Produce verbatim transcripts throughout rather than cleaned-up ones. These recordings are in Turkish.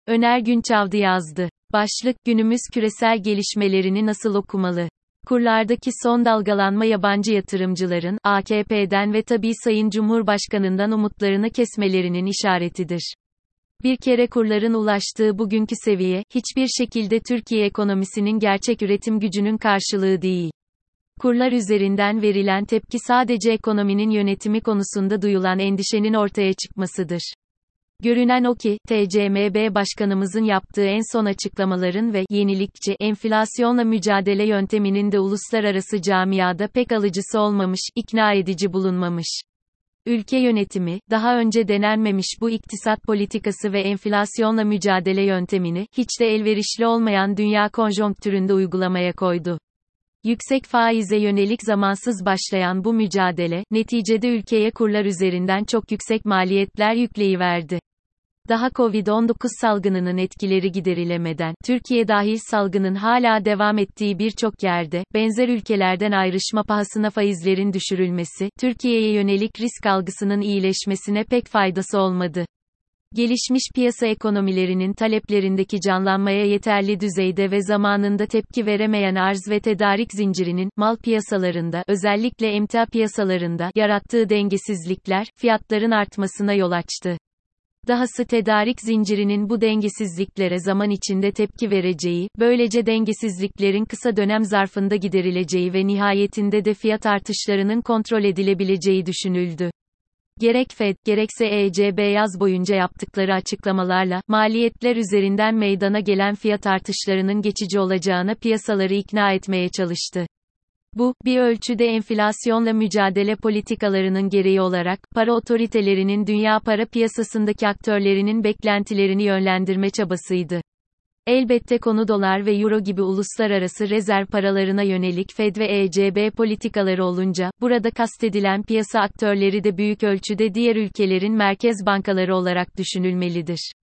Öner Günçavdı yazdı. Başlık, günümüz küresel gelişmelerini nasıl okumalı? Kurlardaki son dalgalanma yabancı yatırımcıların, A K P'den ve tabii Sayın Cumhurbaşkanı'ndan umutlarını kesmelerinin işaretidir. Bir kere kurların ulaştığı bugünkü seviye, hiçbir şekilde Türkiye ekonomisinin gerçek üretim gücünün karşılığı değil. Kurlar üzerinden verilen tepki sadece ekonominin yönetimi konusunda duyulan endişenin ortaya çıkmasıdır. Görünen o ki, T C M B Başkanımızın yaptığı en son açıklamaların ve yenilikçi enflasyonla mücadele yönteminin de uluslararası camiada pek alıcısı olmamış, ikna edici bulunmamış. Ülke yönetimi, daha önce denenmemiş bu iktisat politikası ve enflasyonla mücadele yöntemini, hiç de elverişli olmayan dünya konjonktüründe uygulamaya koydu. Yüksek faize yönelik zamansız başlayan bu mücadele, neticede ülkeye kurlar üzerinden çok yüksek maliyetler yükleyiverdi. Daha Covid on dokuz salgınının etkileri giderilemeden, Türkiye dahil salgının hala devam ettiği birçok yerde, benzer ülkelerden ayrışma pahasına faizlerin düşürülmesi, Türkiye'ye yönelik risk algısının iyileşmesine pek faydası olmadı. Gelişmiş piyasa ekonomilerinin taleplerindeki canlanmaya yeterli düzeyde ve zamanında tepki veremeyen arz ve tedarik zincirinin, mal piyasalarında, özellikle emtia piyasalarında, yarattığı dengesizlikler, fiyatların artmasına yol açtı. Dahası tedarik zincirinin bu dengesizliklere zaman içinde tepki vereceği, böylece dengesizliklerin kısa dönem zarfında giderileceği ve nihayetinde de fiyat artışlarının kontrol edilebileceği düşünüldü. Gerek Fed, gerekse E C B yaz boyunca yaptıkları açıklamalarla, maliyetler üzerinden meydana gelen fiyat artışlarının geçici olacağına piyasaları ikna etmeye çalıştı. Bu, bir ölçüde enflasyonla mücadele politikalarının gereği olarak, para otoritelerinin dünya para piyasasındaki aktörlerinin beklentilerini yönlendirme çabasıydı. Elbette konu dolar ve euro gibi uluslararası rezerv paralarına yönelik Fed ve E C B politikaları olunca, burada kastedilen piyasa aktörleri de büyük ölçüde diğer ülkelerin merkez bankaları olarak düşünülmelidir.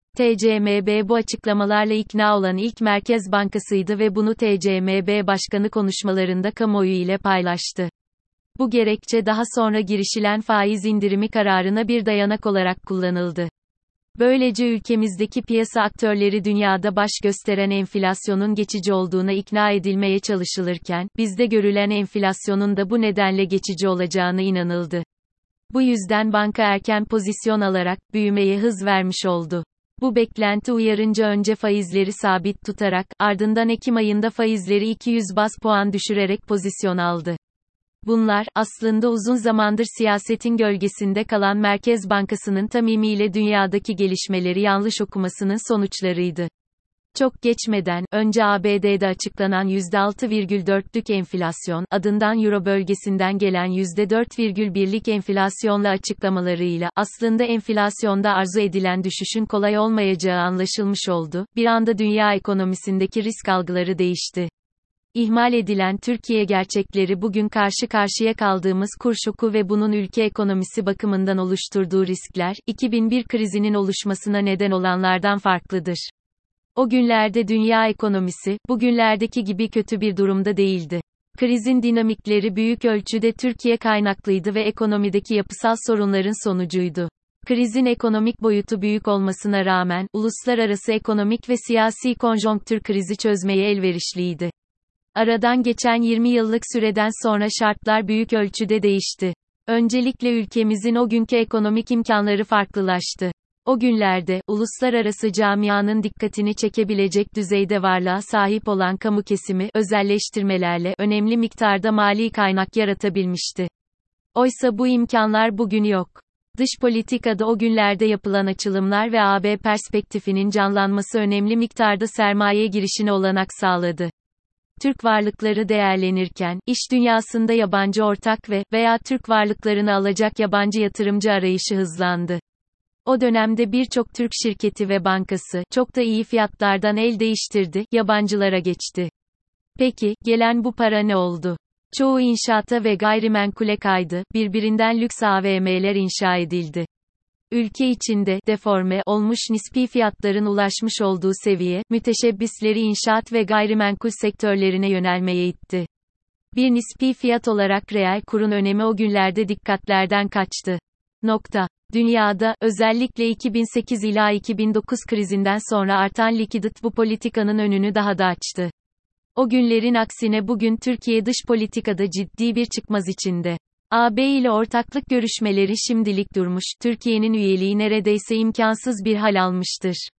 T C M B bu açıklamalarla ikna olan ilk merkez bankasıydı ve bunu T C M B Başkanı konuşmalarında kamuoyu ile paylaştı. Bu gerekçe daha sonra girişilen faiz indirimi kararına bir dayanak olarak kullanıldı. Böylece ülkemizdeki piyasa aktörleri dünyada baş gösteren enflasyonun geçici olduğuna ikna edilmeye çalışılırken, bizde görülen enflasyonun da bu nedenle geçici olacağına inanıldı. Bu yüzden banka erken pozisyon alarak, büyümeye hız vermiş oldu. Bu beklenti uyarınca önce faizleri sabit tutarak, ardından Ekim ayında faizleri iki yüz baz puan düşürerek pozisyon aldı. Bunlar, aslında uzun zamandır siyasetin gölgesinde kalan Merkez Bankası'nın tamimiyle dünyadaki gelişmeleri yanlış okumasının sonuçlarıydı. Çok geçmeden, önce A B D'de açıklanan yüzde altı virgül dörtlük enflasyon, adından Euro bölgesinden gelen yüzde dört virgül birlik enflasyonla açıklamalarıyla, aslında enflasyonda arzu edilen düşüşün kolay olmayacağı anlaşılmış oldu, bir anda dünya ekonomisindeki risk algıları değişti. İhmal edilen Türkiye gerçekleri bugün karşı karşıya kaldığımız kur şoku ve bunun ülke ekonomisi bakımından oluşturduğu riskler, iki bin bir krizinin oluşmasına neden olanlardan farklıdır. O günlerde dünya ekonomisi, bugünlerdeki gibi kötü bir durumda değildi. Krizin dinamikleri büyük ölçüde Türkiye kaynaklıydı ve ekonomideki yapısal sorunların sonucuydu. Krizin ekonomik boyutu büyük olmasına rağmen, uluslararası ekonomik ve siyasi konjonktür krizi çözmeye elverişliydi. Aradan geçen yirmi yıllık süreden sonra şartlar büyük ölçüde değişti. Öncelikle ülkemizin o günkü ekonomik imkanları farklılaştı. O günlerde, uluslararası camianın dikkatini çekebilecek düzeyde varlığa sahip olan kamu kesimi, özelleştirmelerle, önemli miktarda mali kaynak yaratabilmişti. Oysa bu imkanlar bugün yok. Dış politikada o günlerde yapılan açılımlar ve A B perspektifinin canlanması önemli miktarda sermaye girişine olanak sağladı. Türk varlıkları değerlenirken, iş dünyasında yabancı ortak ve veya Türk varlıklarını alacak yabancı yatırımcı arayışı hızlandı. O dönemde birçok Türk şirketi ve bankası, çok da iyi fiyatlardan el değiştirdi, yabancılara geçti. Peki, gelen bu para ne oldu? Çoğu inşaata ve gayrimenkule kaydı, birbirinden lüks A V M'ler inşa edildi. Ülke içinde, deforme olmuş nispi fiyatların ulaşmış olduğu seviye, müteşebbisleri inşaat ve gayrimenkul sektörlerine yönelmeye itti. Bir nispi fiyat olarak reel kurun önemi o günlerde dikkatlerden kaçtı. Nokta. Dünyada, özellikle iki bin sekiz ila iki bin dokuz krizinden sonra artan likidite bu politikanın önünü daha da açtı. O günlerin aksine bugün Türkiye dış politikada ciddi bir çıkmaz içinde. A B ile ortaklık görüşmeleri şimdilik durmuş, Türkiye'nin üyeliği neredeyse imkansız bir hal almıştır.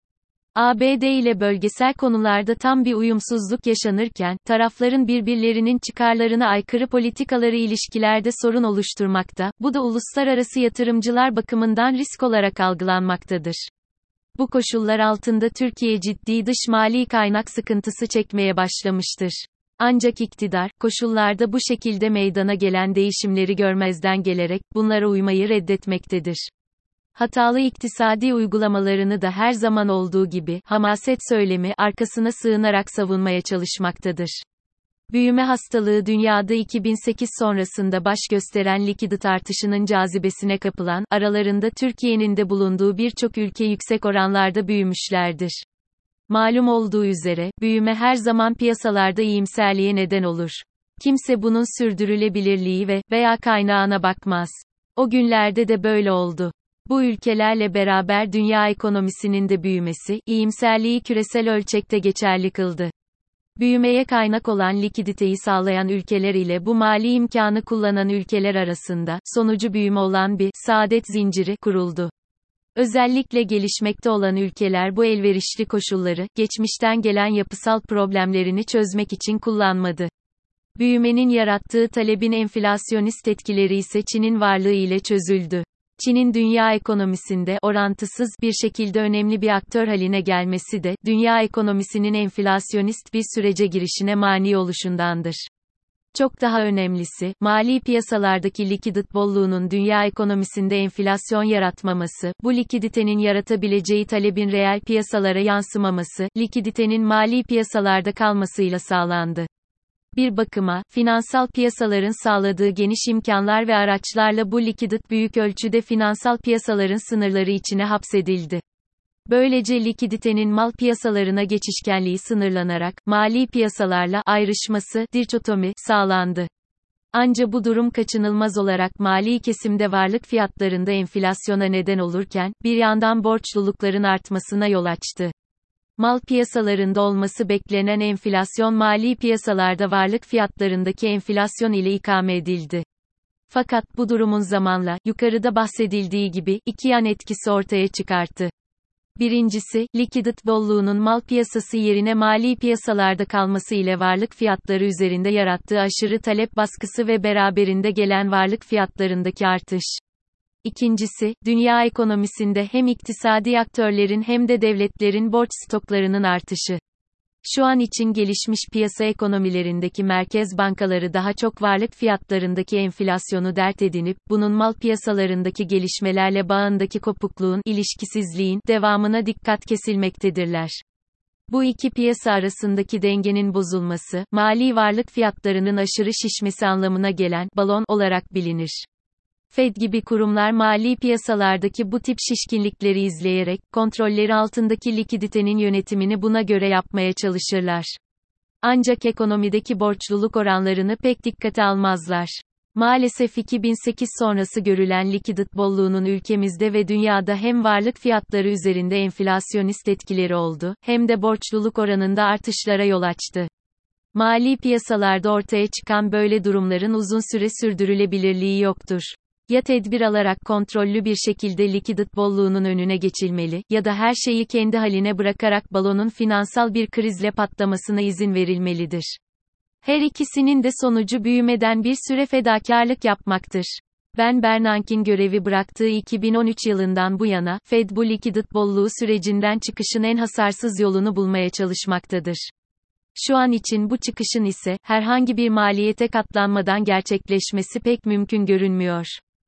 A B D ile bölgesel konularda tam bir uyumsuzluk yaşanırken, tarafların birbirlerinin çıkarlarına aykırı politikaları ilişkilerde sorun oluşturmakta, bu da uluslararası yatırımcılar bakımından risk olarak algılanmaktadır. Bu koşullar altında Türkiye ciddi dış mali kaynak sıkıntısı çekmeye başlamıştır. Ancak iktidar, koşullarda bu şekilde meydana gelen değişimleri görmezden gelerek, bunlara uymayı reddetmektedir. Hatalı iktisadi uygulamalarını da her zaman olduğu gibi, hamaset söylemi arkasına sığınarak savunmaya çalışmaktadır. Büyüme hastalığı dünyada iki bin sekiz sonrasında baş gösteren likidite artışının cazibesine kapılan, aralarında Türkiye'nin de bulunduğu birçok ülke yüksek oranlarda büyümüşlerdir. Malum olduğu üzere, büyüme her zaman piyasalarda iyimserliğe neden olur. Kimse bunun sürdürülebilirliği ve veya kaynağına bakmaz. O günlerde de böyle oldu. Bu ülkelerle beraber dünya ekonomisinin de büyümesi, iyimserliği küresel ölçekte geçerli kıldı. Büyümeye kaynak olan likiditeyi sağlayan ülkeler ile bu mali imkanı kullanan ülkeler arasında, sonucu büyüme olan bir saadet zinciri kuruldu. Özellikle gelişmekte olan ülkeler bu elverişli koşulları, geçmişten gelen yapısal problemlerini çözmek için kullanmadı. Büyümenin yarattığı talebin enflasyonist etkileri ise Çin'in varlığı ile çözüldü. Çin'in dünya ekonomisinde orantısız bir şekilde önemli bir aktör haline gelmesi de, dünya ekonomisinin enflasyonist bir sürece girişine mani oluşundandır. Çok daha önemlisi, mali piyasalardaki likidite bolluğunun dünya ekonomisinde enflasyon yaratmaması, bu likiditenin yaratabileceği talebin reel piyasalara yansımaması, likiditenin mali piyasalarda kalmasıyla sağlandı. Bir bakıma, finansal piyasaların sağladığı geniş imkanlar ve araçlarla bu likidite büyük ölçüde finansal piyasaların sınırları içine hapsedildi. Böylece likiditenin mal piyasalarına geçişkenliği sınırlanarak, mali piyasalarla ayrışması, dichotomi, sağlandı. Ancak bu durum kaçınılmaz olarak mali kesimde varlık fiyatlarında enflasyona neden olurken, bir yandan borçlulukların artmasına yol açtı. Mal piyasalarında olması beklenen enflasyon mali piyasalarda varlık fiyatlarındaki enflasyon ile ikame edildi. Fakat bu durumun zamanla, yukarıda bahsedildiği gibi, iki yan etkisi ortaya çıkarttı. Birincisi, likidite bolluğunun mal piyasası yerine mali piyasalarda kalması ile varlık fiyatları üzerinde yarattığı aşırı talep baskısı ve beraberinde gelen varlık fiyatlarındaki artış. İkincisi, dünya ekonomisinde hem iktisadi aktörlerin hem de devletlerin borç stoklarının artışı. Şu an için gelişmiş piyasa ekonomilerindeki merkez bankaları daha çok varlık fiyatlarındaki enflasyonu dert edinip, bunun mal piyasalarındaki gelişmelerle bağındaki kopukluğun, ilişkisizliğin, devamına dikkat kesilmektedirler. Bu iki piyasa arasındaki dengenin bozulması, mali varlık fiyatlarının aşırı şişmesi anlamına gelen, balon, olarak bilinir. Fed gibi kurumlar mali piyasalardaki bu tip şişkinlikleri izleyerek, kontrolleri altındaki likiditenin yönetimini buna göre yapmaya çalışırlar. Ancak ekonomideki borçluluk oranlarını pek dikkate almazlar. Maalesef iki bin sekiz sonrası görülen likidite bolluğunun ülkemizde ve dünyada hem varlık fiyatları üzerinde enflasyonist etkileri oldu, hem de borçluluk oranında artışlara yol açtı. Mali piyasalarda ortaya çıkan böyle durumların uzun süre sürdürülebilirliği yoktur. Ya tedbir alarak kontrollü bir şekilde likidite bolluğunun önüne geçilmeli, ya da her şeyi kendi haline bırakarak balonun finansal bir krizle patlamasına izin verilmelidir. Her ikisinin de sonucu büyümeden bir süre fedakarlık yapmaktır. Ben Bernanke'in görevi bıraktığı iki bin on üç yılından bu yana, Fed bu likidite bolluğu sürecinden çıkışın en hasarsız yolunu bulmaya çalışmaktadır. Şu an için bu çıkışın ise, herhangi bir maliyete katlanmadan gerçekleşmesi pek mümkün görünmüyor.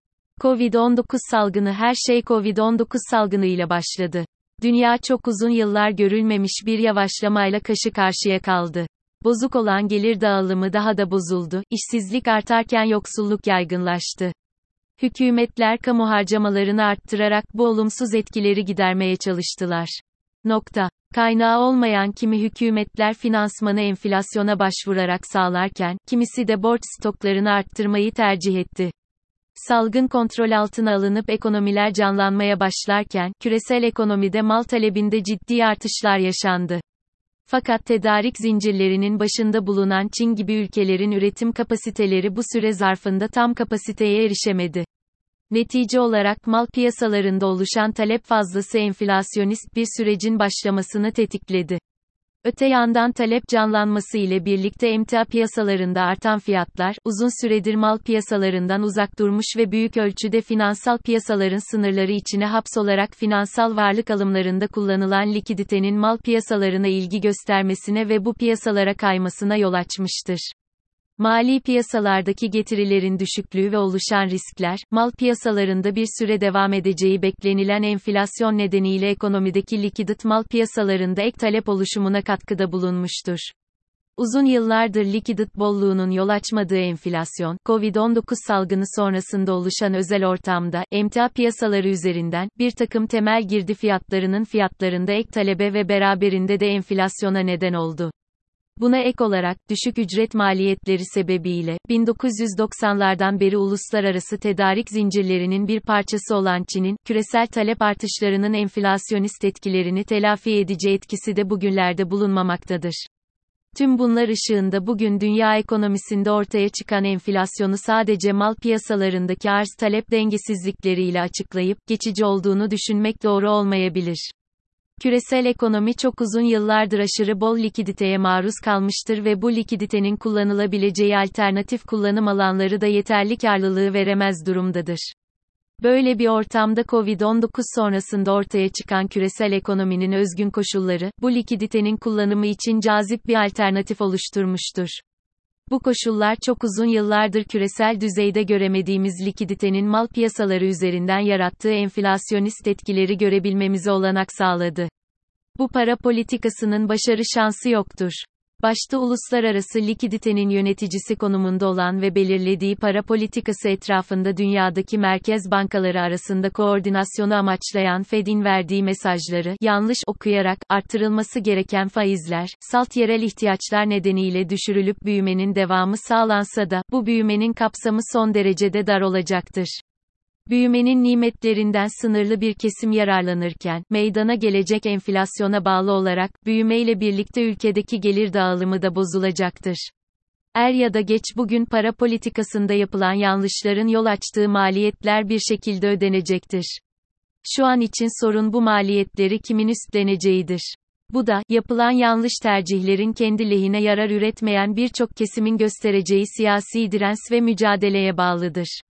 Covid on dokuz salgını Her şey Covid on dokuz salgınıyla başladı. Dünya çok uzun yıllar görülmemiş bir yavaşlamayla karşı karşıya kaldı. Bozuk olan gelir dağılımı daha da bozuldu, işsizlik artarken yoksulluk yaygınlaştı. Hükümetler kamu harcamalarını arttırarak bu olumsuz etkileri gidermeye çalıştılar. Nokta. Kaynağı olmayan kimi hükümetler finansmanı enflasyona başvurarak sağlarken, kimisi de borç stoklarını arttırmayı tercih etti. Salgın kontrol altına alınıp ekonomiler canlanmaya başlarken, küresel ekonomide mal talebinde ciddi artışlar yaşandı. Fakat tedarik zincirlerinin başında bulunan Çin gibi ülkelerin üretim kapasiteleri bu süre zarfında tam kapasiteye erişemedi. Netice olarak mal piyasalarında oluşan talep fazlası enflasyonist bir sürecin başlamasını tetikledi. Öte yandan talep canlanması ile birlikte emtia piyasalarında artan fiyatlar, uzun süredir mal piyasalarından uzak durmuş ve büyük ölçüde finansal piyasaların sınırları içine hapsolarak finansal varlık alımlarında kullanılan likiditenin mal piyasalarına ilgi göstermesine ve bu piyasalara kaymasına yol açmıştır. Mali piyasalardaki getirilerin düşüklüğü ve oluşan riskler, mal piyasalarında bir süre devam edeceği beklenilen enflasyon nedeniyle ekonomideki likidit mal piyasalarında ek talep oluşumuna katkıda bulunmuştur. Uzun yıllardır likidit bolluğunun yol açmadığı enflasyon, Covid on dokuz salgını sonrasında oluşan özel ortamda, emtia piyasaları üzerinden, bir takım temel girdi fiyatlarının fiyatlarında ek talebe ve beraberinde de enflasyona neden oldu. Buna ek olarak, düşük ücret maliyetleri sebebiyle, bin dokuz yüz doksanlardan beri uluslararası tedarik zincirlerinin bir parçası olan Çin'in, küresel talep artışlarının enflasyonist etkilerini telafi edici etkisi de bugünlerde bulunmamaktadır. Tüm bunlar ışığında bugün dünya ekonomisinde ortaya çıkan enflasyonu sadece mal piyasalarındaki arz-talep dengesizlikleriyle açıklayıp, geçici olduğunu düşünmek doğru olmayabilir. Küresel ekonomi çok uzun yıllardır aşırı bol likiditeye maruz kalmıştır ve bu likiditenin kullanılabileceği alternatif kullanım alanları da yeterli karlılığı veremez durumdadır. Böyle bir ortamda Covid on dokuz sonrasında ortaya çıkan küresel ekonominin özgün koşulları, bu likiditenin kullanımı için cazip bir alternatif oluşturmuştur. Bu koşullar çok uzun yıllardır küresel düzeyde göremediğimiz likiditenin mal piyasaları üzerinden yarattığı enflasyonist etkileri görebilmemize olanak sağladı. Bu para politikasının başarı şansı yoktur. Başta uluslararası likiditenin yöneticisi konumunda olan ve belirlediği para politikası etrafında dünyadaki merkez bankaları arasında koordinasyonu amaçlayan Fed'in verdiği mesajları yanlış okuyarak, arttırılması gereken faizler, salt yerel ihtiyaçlar nedeniyle düşürülüp büyümenin devamı sağlansa da, bu büyümenin kapsamı son derecede dar olacaktır. Büyümenin nimetlerinden sınırlı bir kesim yararlanırken, meydana gelecek enflasyona bağlı olarak, büyümeyle birlikte ülkedeki gelir dağılımı da bozulacaktır. Er ya da geç bugün para politikasında yapılan yanlışların yol açtığı maliyetler bir şekilde ödenecektir. Şu an için sorun bu maliyetleri kimin üstleneceğidir. Bu da, yapılan yanlış tercihlerin kendi lehine yarar üretmeyen birçok kesimin göstereceği siyasi direns ve mücadeleye bağlıdır.